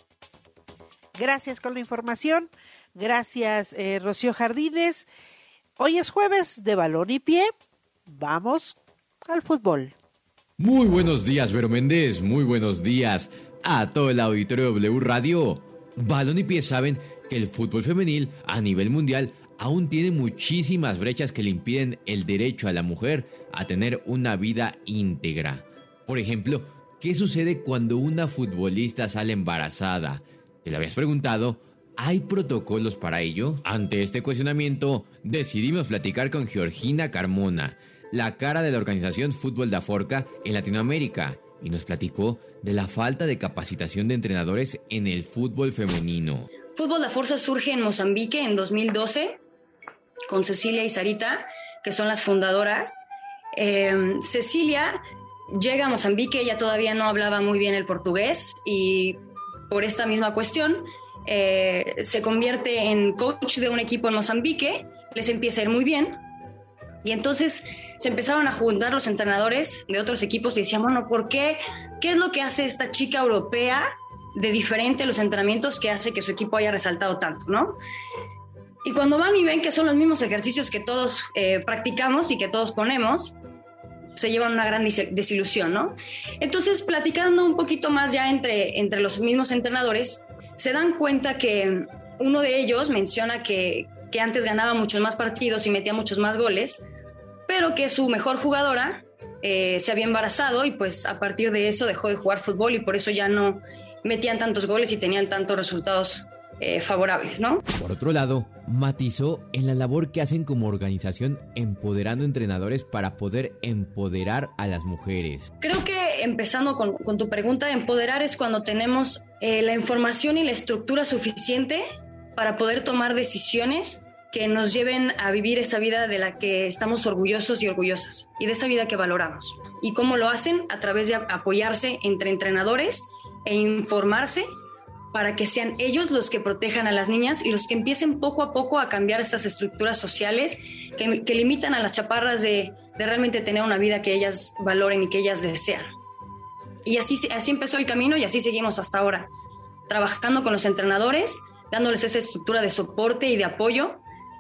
Gracias con la información. Gracias, eh, Rocío Jardines. Hoy es jueves de balón y pie. Vamos al fútbol. Muy buenos días, Vero Méndez. Muy buenos días a todo el auditorio de W Radio. Balón y pie saben que el fútbol femenil a nivel mundial aún tiene muchísimas brechas que le impiden el derecho a la mujer a tener una vida íntegra. Por ejemplo, ¿qué sucede cuando una futbolista sale embarazada? ¿Te lo habías preguntado? ¿Hay protocolos para ello? Ante este cuestionamiento, decidimos platicar con Georgina Carmona, la cara de la organización Fútbol da Forca en Latinoamérica, y nos platicó de la falta de capacitación de entrenadores en el fútbol femenino. Fútbol da Forza surge en Mozambique en dos mil doce, con Cecilia y Sarita, que son las fundadoras. Eh, Cecilia llega a Mozambique, ella todavía no hablaba muy bien el portugués, y por esta misma cuestión eh, se convierte en coach de un equipo en Mozambique, les empieza a ir muy bien, y entonces se empezaron a juntar los entrenadores de otros equipos y decían, bueno, ¿por qué? ¿Qué es lo que hace esta chica europea de diferente a los entrenamientos que hace que su equipo haya resaltado tanto, ¿no? Y cuando van y ven que son los mismos ejercicios que todos eh, practicamos y que todos ponemos, se llevan una gran desilusión, ¿no? Entonces, platicando un poquito más ya entre, entre los mismos entrenadores, se dan cuenta que uno de ellos menciona que, que antes ganaba muchos más partidos y metía muchos más goles, pero que su mejor jugadora eh, se había embarazado y pues a partir de eso dejó de jugar fútbol y por eso ya no metían tantos goles y tenían tantos resultados eh, favorables, ¿no? Por otro lado, matizó en la labor que hacen como organización empoderando entrenadores para poder empoderar a las mujeres. Creo que empezando con, con tu pregunta, empoderar es cuando tenemos eh, la información y la estructura suficiente para poder tomar decisiones que nos lleven a vivir esa vida de la que estamos orgullosos y orgullosas y de esa vida que valoramos. ¿Y cómo lo hacen? A través de apoyarse entre entrenadores e informarse para que sean ellos los que protejan a las niñas y los que empiecen poco a poco a cambiar estas estructuras sociales que, que limitan a las chaparras de, de realmente tener una vida que ellas valoren y que ellas desean. Y así, así empezó el camino y así seguimos hasta ahora, trabajando con los entrenadores, dándoles esa estructura de soporte y de apoyo,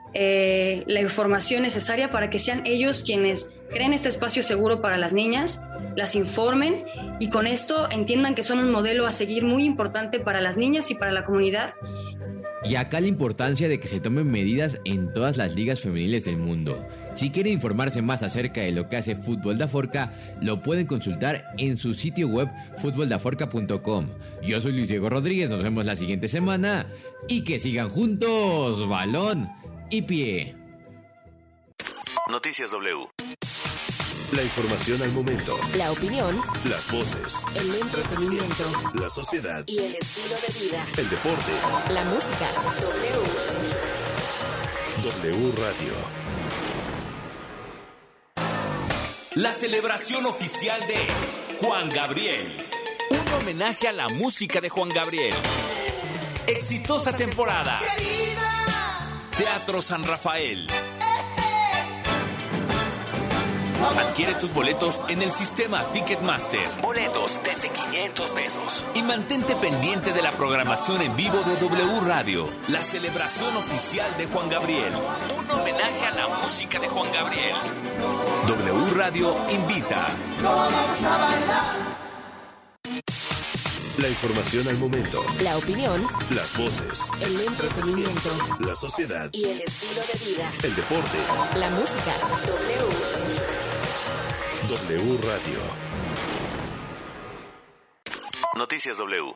eh, la información necesaria para que sean ellos quienes creen este espacio seguro para las niñas, las informen y con esto entiendan que son un modelo a seguir muy importante para las niñas y para la comunidad. Y acá la importancia de que se tomen medidas en todas las ligas femeniles del mundo. Si quieren informarse más acerca de lo que hace Fútbol da Forca, lo pueden consultar en su sitio web fútbol da forca punto com. Yo soy Luis Diego Rodríguez, nos vemos la siguiente semana y que sigan juntos, balón y pie. Noticias W. La información al momento. La opinión. Las voces. El entretenimiento. La sociedad. Y el estilo de vida. El deporte. La música. W. W Radio. La celebración oficial de Juan Gabriel. Un homenaje a la música de Juan Gabriel. Exitosa temporada. Teatro San Rafael. Adquiere tus boletos en el sistema Ticketmaster. Boletos desde quinientos pesos. Y mantente pendiente de la programación en vivo de W Radio. La celebración oficial de Juan Gabriel. Un homenaje a la música de Juan Gabriel. W Radio invita. La información al momento. La opinión. Las voces. El entretenimiento. La sociedad. Y el estilo de vida. El deporte. La música. W. W Radio. Noticias W.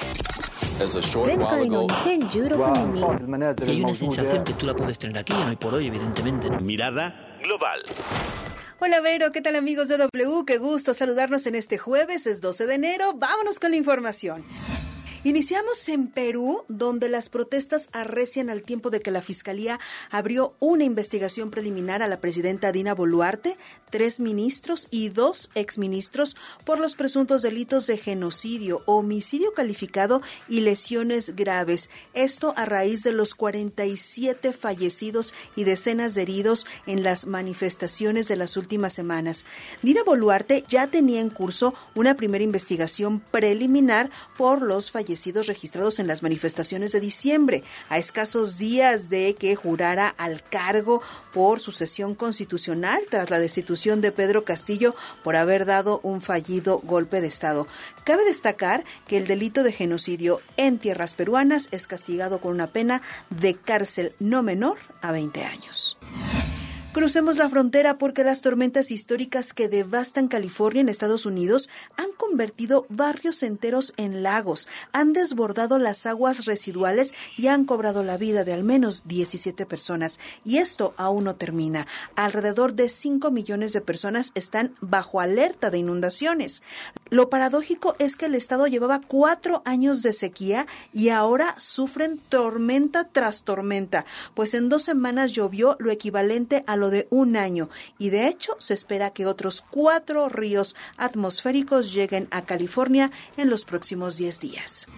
Y hay una sensación que tú la puedes tener aquí, hoy por hoy, evidentemente. Mirada global. Hola Vero, ¿qué tal amigos de W? Qué gusto saludarnos en este jueves, es doce de enero. Vámonos con la información. Iniciamos en Perú, donde las protestas arrecian al tiempo de que la Fiscalía abrió una investigación preliminar a la presidenta Dina Boluarte, tres ministros y dos exministros por los presuntos delitos de genocidio, homicidio calificado y lesiones graves. Esto a raíz de los cuarenta y siete fallecidos y decenas de heridos en las manifestaciones de las últimas semanas. Dina Boluarte ya tenía en curso una primera investigación preliminar por los fallecidos registrados en las manifestaciones de diciembre, a escasos días de que jurara al cargo por sucesión constitucional tras la destitución de Pedro Castillo por haber dado un fallido golpe de Estado. Cabe destacar que el delito de genocidio en tierras peruanas es castigado con una pena de cárcel no menor a veinte años. Crucemos la frontera porque las tormentas históricas que devastan California en Estados Unidos han convertido barrios enteros en lagos, han desbordado las aguas residuales y han cobrado la vida de al menos diecisiete personas. Y esto aún no termina. Alrededor de cinco millones de personas están bajo alerta de inundaciones. Lo paradójico es que el estado llevaba cuatro años de sequía y ahora sufren tormenta tras tormenta, pues en dos semanas llovió lo equivalente a lo de un año y de hecho se espera que otros cuatro ríos atmosféricos lleguen a California en los próximos diez días.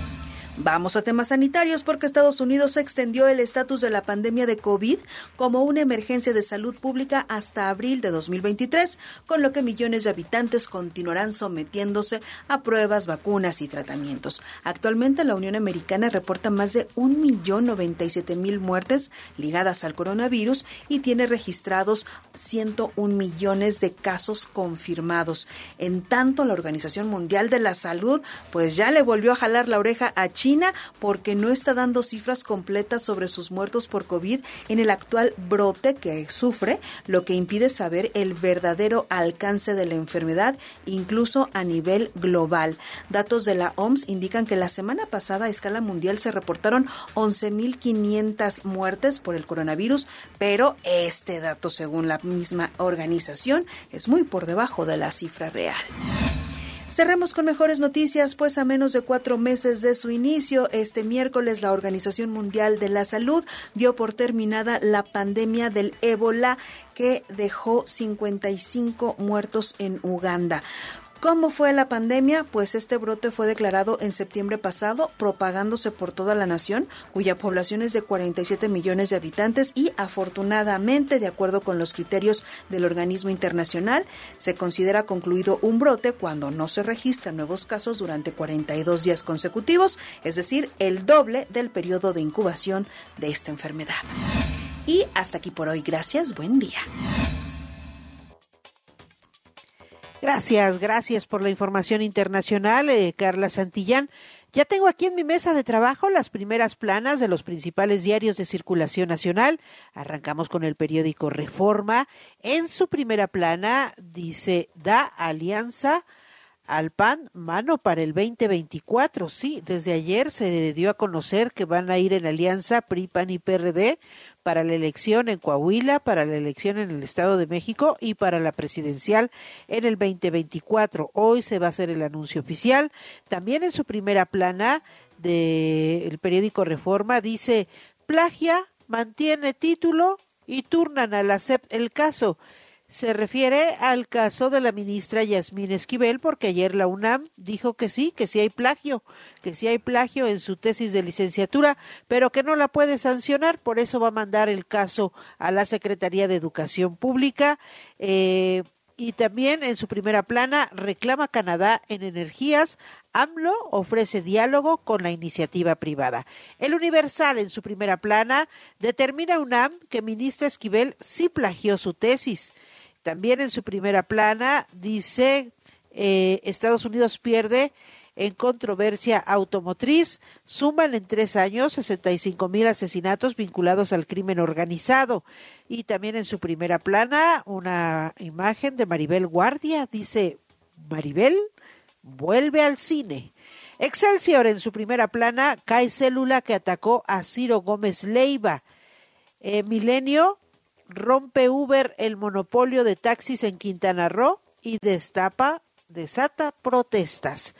Vamos a temas sanitarios porque Estados Unidos extendió el estatus de la pandemia de COVID como una emergencia de salud pública hasta abril de dos mil veintitrés, con lo que millones de habitantes continuarán sometiéndose a pruebas, vacunas y tratamientos. Actualmente la Unión Americana reporta más de un millón noventa y siete mil muertes ligadas al coronavirus y tiene registrados ciento un millones de casos confirmados. En tanto, la Organización Mundial de la Salud pues ya le volvió a jalar la oreja a China porque no está dando cifras completas sobre sus muertos por COVID en el actual brote que sufre, lo que impide saber el verdadero alcance de la enfermedad, incluso a nivel global. Datos de la O M S indican que la semana pasada a escala mundial se reportaron once mil quinientas muertes por el coronavirus, pero este dato, según la misma organización, es muy por debajo de la cifra real. Cerramos con mejores noticias, pues a menos de cuatro meses de su inicio, este miércoles la Organización Mundial de la Salud dio por terminada la pandemia del ébola que dejó cincuenta y cinco muertos en Uganda. ¿Cómo fue la pandemia? Pues este brote fue declarado en septiembre pasado, propagándose por toda la nación, cuya población es de cuarenta y siete millones de habitantes y, afortunadamente, de acuerdo con los criterios del organismo internacional, se considera concluido un brote cuando no se registran nuevos casos durante cuarenta y dos días consecutivos, es decir, el doble del periodo de incubación de esta enfermedad. Y hasta aquí por hoy. Gracias. Buen día. Gracias, gracias por la información internacional, eh, Carla Santillán. Ya tengo aquí en mi mesa de trabajo las primeras planas de los principales diarios de circulación nacional. Arrancamos con el periódico Reforma. En su primera plana dice, da alianza al P A N, mano para el veinte veinticuatro. Sí, desde ayer se dio a conocer que van a ir en alianza P R I, P A N y P R D para la elección en Coahuila, para la elección en el Estado de México y para la presidencial en el veinte veinticuatro. Hoy se va a hacer el anuncio oficial. También en su primera plana del periódico Reforma dice, plagia, mantiene título y turnan a la S E P el caso. Se refiere al caso de la ministra Yasmín Esquivel, porque ayer la UNAM dijo que sí, que sí hay plagio, que sí hay plagio en su tesis de licenciatura, pero que no la puede sancionar, por eso va a mandar el caso a la Secretaría de Educación Pública. Eh, y también en su primera plana reclama Canadá en energías, AMLO ofrece diálogo con la iniciativa privada. El Universal en su primera plana determina UNAM que ministra Esquivel sí plagió su tesis. También en su primera plana dice, eh, Estados Unidos pierde en controversia automotriz, suman en tres años sesenta y cinco mil asesinatos vinculados al crimen organizado. Y también en su primera plana una imagen de Maribel Guardia, dice, Maribel vuelve al cine. Excelsior en su primera plana, cae célula que atacó a Ciro Gómez Leiva. Eh, Milenio, rompe Uber el monopolio de taxis en Quintana Roo y destapa, desata protestas.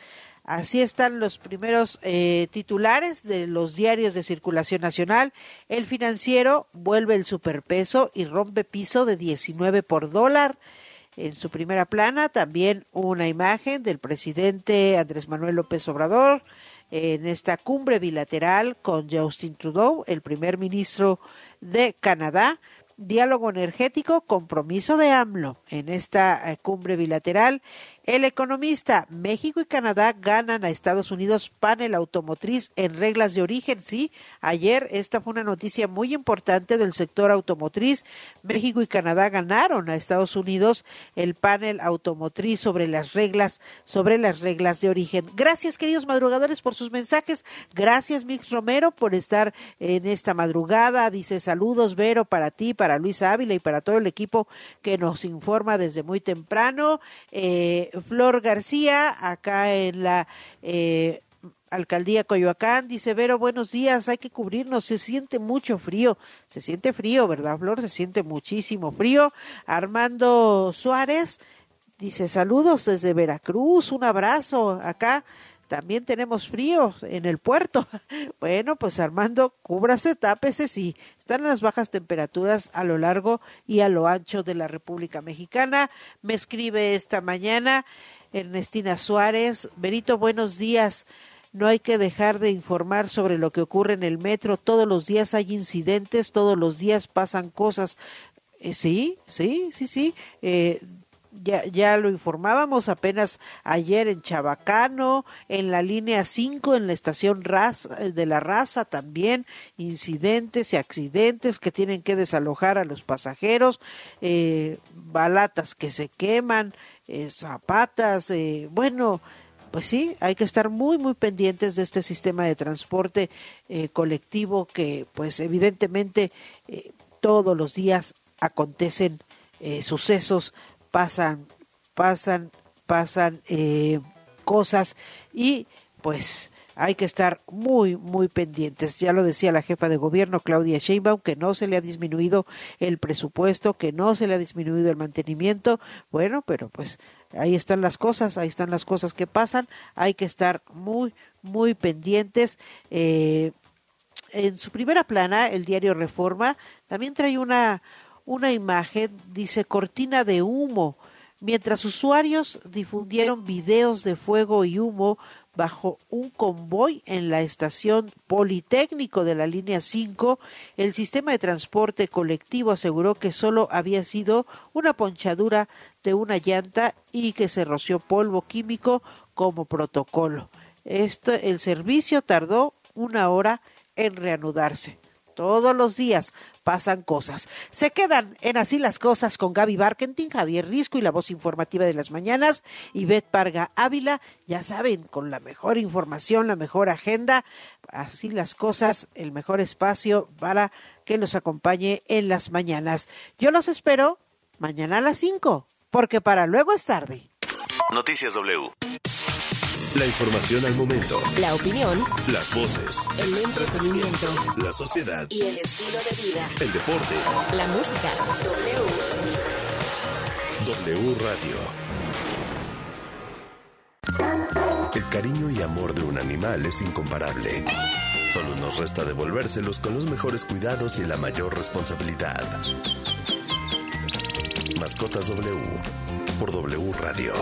Así están los primeros eh, titulares de los diarios de circulación nacional. El Financiero vuelve el superpeso y rompe piso de diecinueve por dólar. En su primera plana también una imagen del presidente Andrés Manuel López Obrador en esta cumbre bilateral con Justin Trudeau, el primer ministro de Canadá. Diálogo energético, compromiso de AMLO en esta eh, cumbre bilateral. El Economista, México y Canadá ganan a Estados Unidos panel automotriz en reglas de origen. Sí, ayer esta fue una noticia muy importante del sector automotriz. México y Canadá ganaron a Estados Unidos el panel automotriz sobre las reglas, sobre las reglas de origen. Gracias, queridos madrugadores, por sus mensajes. Gracias, Mix Romero, por estar en esta madrugada. Dice, saludos, Vero, para ti, para Luis Ávila y para todo el equipo que nos informa desde muy temprano. Eh, Flor García, acá en la eh, Alcaldía Coyoacán, dice, Vero, buenos días, hay que cubrirnos, se siente mucho frío, se siente frío, ¿verdad, Flor? Se siente muchísimo frío. Armando Suárez dice, saludos desde Veracruz, un abrazo, acá también tenemos frío en el puerto. Bueno, pues Armando, cúbrase, tápese, sí. Están las bajas temperaturas a lo largo y a lo ancho de la República Mexicana. Me escribe esta mañana Ernestina Suárez. Berito, buenos días. No hay que dejar de informar sobre lo que ocurre en el metro. Todos los días hay incidentes, todos los días pasan cosas. Eh, sí, sí, sí, sí. Eh, Ya, ya lo informábamos apenas ayer en Chabacano, en la línea cinco, en la estación Raza, de la Raza también, incidentes y accidentes que tienen que desalojar a los pasajeros, eh, balatas que se queman, eh, zapatas, eh, bueno, pues sí, hay que estar muy, muy pendientes de este sistema de transporte eh, colectivo que, pues evidentemente, eh, todos los días acontecen eh, sucesos, pasan, pasan, pasan eh, cosas y pues hay que estar muy, muy pendientes. Ya lo decía la jefa de gobierno, Claudia Sheinbaum, que no se le ha disminuido el presupuesto, que no se le ha disminuido el mantenimiento. Bueno, pero pues ahí están las cosas, ahí están las cosas que pasan. Hay que estar muy, muy pendientes. Eh, en su primera plana, el diario Reforma también trae una Una imagen, dice, cortina de humo, mientras usuarios difundieron videos de fuego y humo bajo un convoy en la estación Politécnico de la línea cinco, el sistema de transporte colectivo aseguró que solo había sido una ponchadura de una llanta y que se roció polvo químico como protocolo. Esto, el servicio tardó una hora en reanudarse. Todos los días pasan cosas. Se quedan en Así las Cosas con Gaby Barkentin, Javier Risco y la voz informativa de las mañanas, Ivette Parga Ávila, ya saben, con la mejor información, la mejor agenda. Así las Cosas, el mejor espacio para que los acompañe en las mañanas. Yo los espero mañana a las cinco, porque para luego es tarde. Noticias W. La información al momento. La opinión. Las voces. El entretenimiento. La sociedad. Y el estilo de vida. El deporte. La música. W. W Radio. El cariño y amor de un animal es incomparable. Solo nos resta devolvérselos con los mejores cuidados y la mayor responsabilidad. Mascotas W. Por W Radio.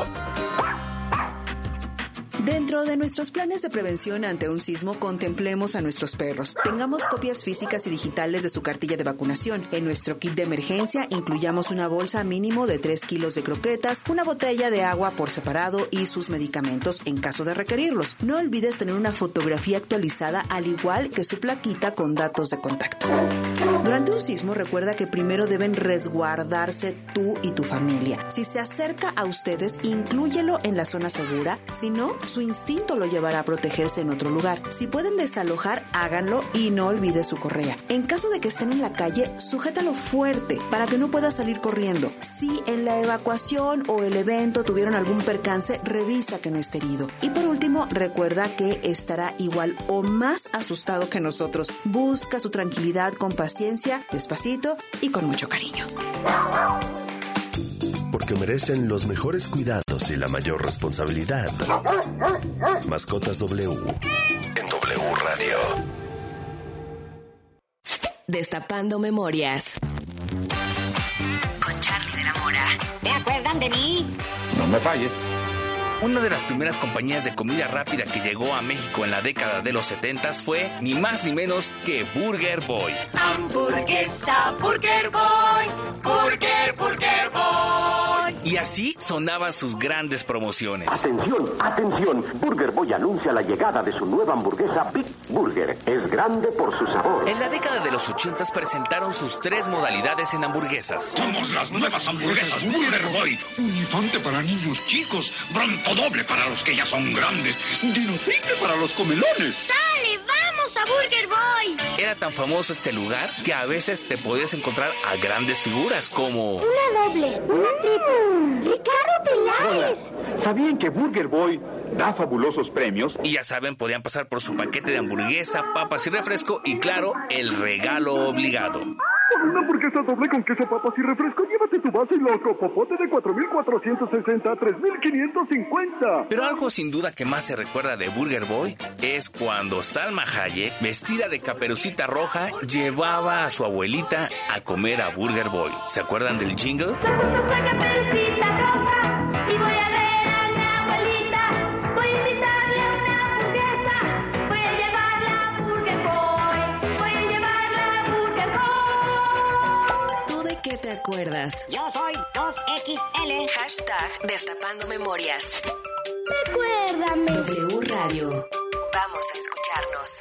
Dentro de nuestros planes de prevención ante un sismo, contemplemos a nuestros perros. Tengamos copias físicas y digitales de su cartilla de vacunación. En nuestro kit de emergencia, incluyamos una bolsa mínimo de tres kilos de croquetas, una botella de agua por separado y sus medicamentos en caso de requerirlos. No olvides tener una fotografía actualizada, al igual que su plaquita con datos de contacto. Durante un sismo, recuerda que primero deben resguardarse tú y tu familia. Si se acerca a ustedes, inclúyelo en la zona segura. Si no, su instinto lo llevará a protegerse en otro lugar. Si pueden desalojar, háganlo y no olvide su correa. En caso de que estén en la calle, sujétalo fuerte para que no pueda salir corriendo. Si en la evacuación o el evento tuvieron algún percance, revisa que no esté herido. Y por último, recuerda que estará igual o más asustado que nosotros. Busca su tranquilidad con paciencia, despacito y con mucho cariño. Porque que merecen los mejores cuidados y la mayor responsabilidad. Mascotas W en W Radio. Destapando memorias. Con Charlie de la Mora. ¿Te acuerdan de mí? No me falles. Una de las primeras compañías de comida rápida que llegó a México en la década de los setentas fue ni más ni menos que Burger Boy. Hamburguesa, Burger Boy, Burger, Burger Boy. Y así sonaban sus grandes promociones. Atención, atención. Burger Boy anuncia la llegada de su nueva hamburguesa Big Burger. Es grande por su sabor. En la década de los ochentas presentaron sus tres modalidades en hamburguesas. Somos las nuevas hamburguesas Burger Boy. Un infante para niños chicos, bronco doble para los que ya son grandes, dino triple para los comelones. ¡Dale, vamos a Burger Boy! Era tan famoso este lugar que a veces te podías encontrar a grandes figuras como... Una doble, una triple. ¡Ricardo Peláez! ¿Sabían que Burger Boy da fabulosos premios? Y ya saben, podían pasar por su paquete de hamburguesa, papas y refresco y claro, el regalo obligado. Una hamburguesa doble con queso, papas y refresco, llévate tu vaso y loco popote de cuatro mil cuatrocientos sesenta a tres mil quinientos cincuenta. Pero algo sin duda que más se recuerda de Burger Boy es cuando Salma Hayek, vestida de Caperucita Roja, llevaba a su abuelita a comer a Burger Boy. ¿Se acuerdan del jingle? Caperucita Roja y voy a ver a mi abuelita. Voy a invitarle a una hamburguesa. Voy a llevarla a Burger Boy. Voy a llevarla a Burger Boy. ¿Tú de qué te acuerdas? Yo soy dos equis ele. Hashtag Destapando Memorias. Recuérdame. W Radio. Vamos a escucharnos.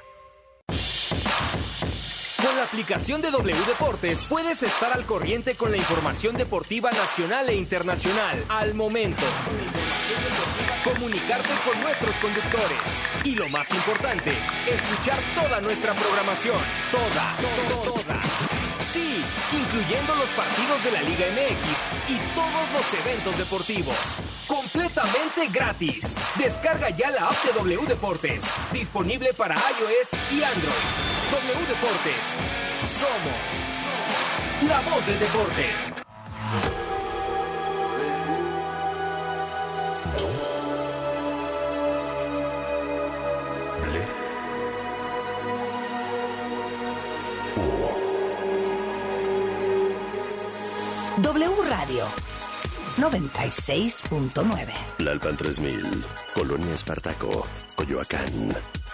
Con la aplicación de W Deportes puedes estar al corriente con la información deportiva nacional e internacional al momento. Comunicarte con nuestros conductores. Y lo más importante, escuchar toda nuestra programación. Toda, toda, toda. Sí, incluyendo los partidos de la Liga M X y todos los eventos deportivos. Completamente gratis. Descarga ya la app de W Deportes. Disponible para iOS y Android. W Deportes. Somos, somos la voz del deporte. W Radio noventa y seis punto nueve. Lalpan tres mil, Colonia Espartaco, Coyoacán,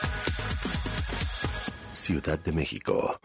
Ciudad de México.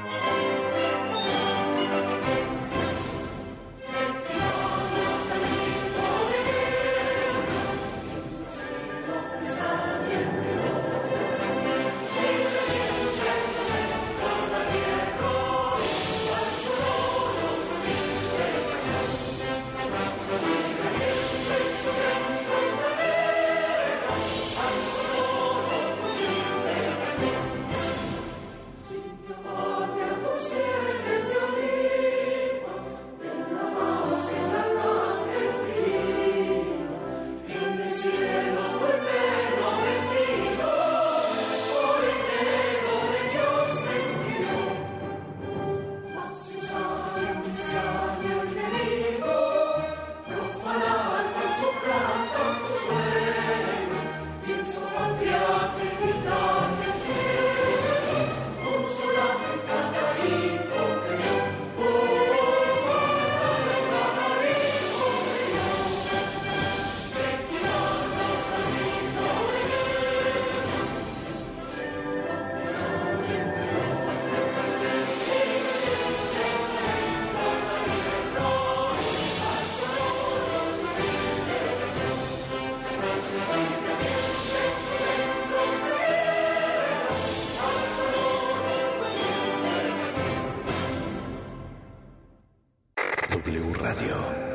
W Radio.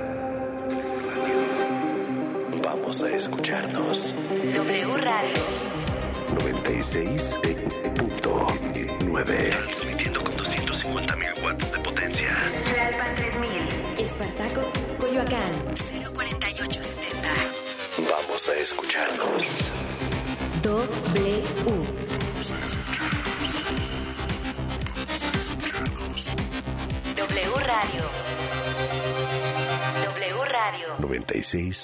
W Radio. Vamos a escucharnos. W Radio. noventa y seis punto nueve. Transmitiendo con doscientos cincuenta mil watts de potencia. Tlalpan tres mil. Espartaco, Coyoacán. cero cuarenta y ocho setenta. Vamos a escucharnos. W. W Radio. W Radio. noventa y seis